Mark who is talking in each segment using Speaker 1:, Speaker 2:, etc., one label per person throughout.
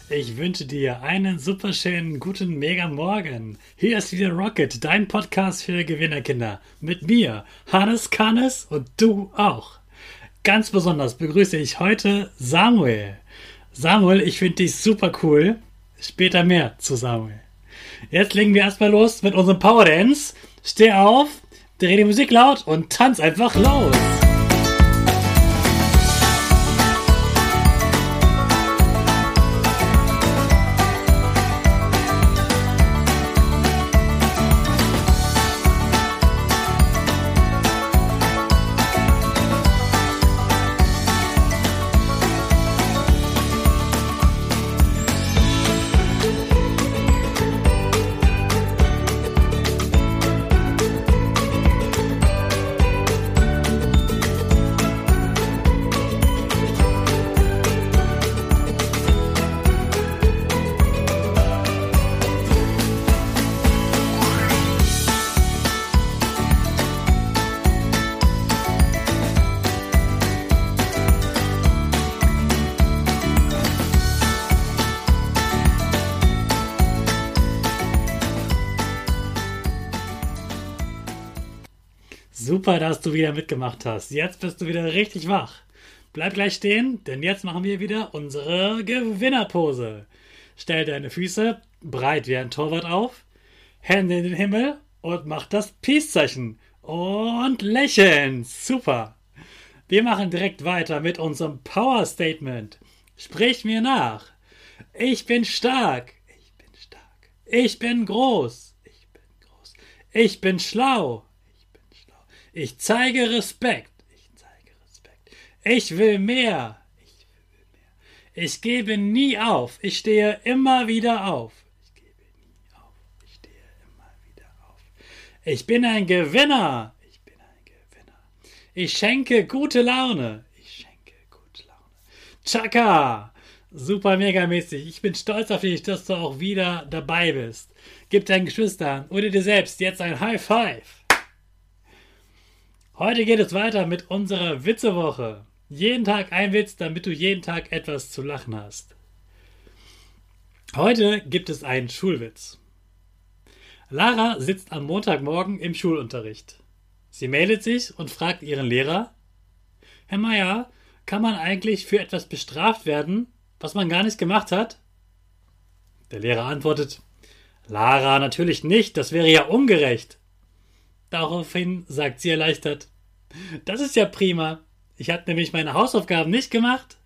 Speaker 1: Ich wünsche dir einen superschönen guten Mega Morgen. Hier ist wieder Rocket, dein Podcast für Gewinnerkinder. Mit mir, Hannes Kannes und du auch. Ganz besonders begrüße ich heute Samuel. Samuel, ich finde dich super cool. Später mehr zu Samuel. Jetzt legen wir erstmal los mit unserem Power Dance. Steh auf, dreh die Musik laut und tanz einfach los. Super, dass du wieder mitgemacht hast. Jetzt bist du wieder richtig wach. Bleib gleich stehen, denn jetzt machen wir wieder unsere Gewinnerpose. Stell deine Füße breit wie ein Torwart auf, Hände in den Himmel und mach das Peace-Zeichen. Und lächeln. Super. Wir machen direkt weiter mit unserem Power-Statement. Sprich mir nach. Ich bin stark. Ich bin stark. Ich bin groß. Ich bin groß. Ich bin schlau. Ich zeige Respekt. Ich zeige Respekt. Ich will mehr. Ich will mehr. Ich gebe nie auf. Ich stehe immer wieder auf. Ich gebe nie auf. Ich stehe immer wieder auf. Ich bin ein Gewinner. Ich bin ein Gewinner. Ich schenke gute Laune. Ich schenke gute Laune. Chaka. Super mega mäßig. Ich bin stolz auf dich, dass du auch wieder dabei bist. Gib deinen Geschwistern oder dir selbst jetzt ein High Five. Heute geht es weiter mit unserer Witzewoche. Jeden Tag ein Witz, damit du jeden Tag etwas zu lachen hast. Heute gibt es einen Schulwitz. Lara sitzt am Montagmorgen im Schulunterricht. Sie meldet sich und fragt ihren Lehrer: Herr Meier, kann man eigentlich für etwas bestraft werden, was man gar nicht gemacht hat? Der Lehrer antwortet: Lara, natürlich nicht, das wäre ja ungerecht. Daraufhin sagt sie erleichtert: Das ist ja prima. Ich habe nämlich meine Hausaufgaben nicht gemacht.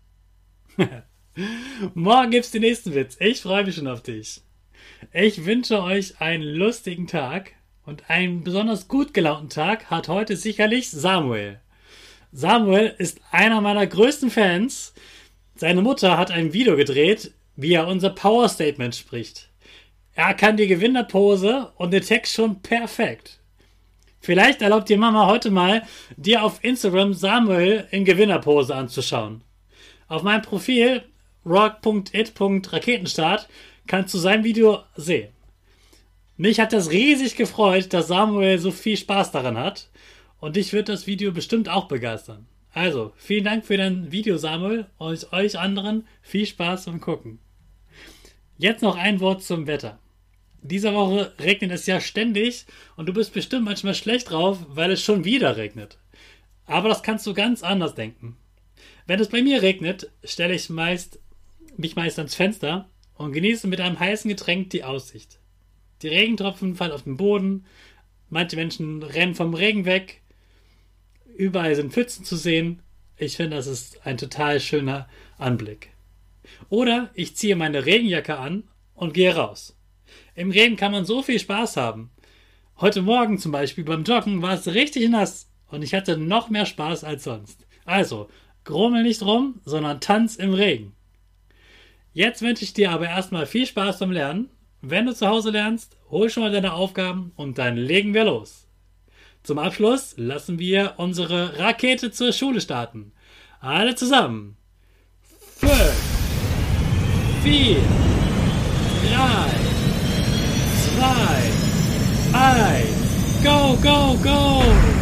Speaker 1: Morgen gibt's den nächsten Witz. Ich freue mich schon auf dich. Ich wünsche euch einen lustigen Tag und einen besonders gut gelaunten Tag hat heute sicherlich Samuel. Samuel ist einer meiner größten Fans. Seine Mutter hat ein Video gedreht, wie er unser Power Statement spricht. Er kann die Gewinnerpose und den Text schon perfekt. Vielleicht erlaubt dir Mama heute mal, dir auf Instagram Samuel in Gewinnerpose anzuschauen. Auf meinem Profil rock.it.raketenstart kannst du sein Video sehen. Mich hat das riesig gefreut, dass Samuel so viel Spaß daran hat und dich wird das Video bestimmt auch begeistern. Also, vielen Dank für dein Video, Samuel, und euch anderen viel Spaß beim Gucken. Jetzt noch ein Wort zum Wetter. Diese Woche regnet es ja ständig und du bist bestimmt manchmal schlecht drauf, weil es schon wieder regnet. Aber das kannst du ganz anders denken. Wenn es bei mir regnet, stelle ich mich meist ans Fenster und genieße mit einem heißen Getränk die Aussicht. Die Regentropfen fallen auf den Boden, manche Menschen rennen vom Regen weg, überall sind Pfützen zu sehen. Ich finde, das ist ein total schöner Anblick. Oder ich ziehe meine Regenjacke an und gehe raus. Im Regen kann man so viel Spaß haben. Heute Morgen zum Beispiel beim Joggen war es richtig nass und ich hatte noch mehr Spaß als sonst. Also, grummel nicht rum, sondern tanz im Regen. Jetzt wünsche ich dir aber erstmal viel Spaß beim Lernen. Wenn du zu Hause lernst, hol schon mal deine Aufgaben und dann legen wir los. Zum Abschluss lassen wir unsere Rakete zur Schule starten. Alle zusammen. 5, 4, 3, 2, 1, go, go, go!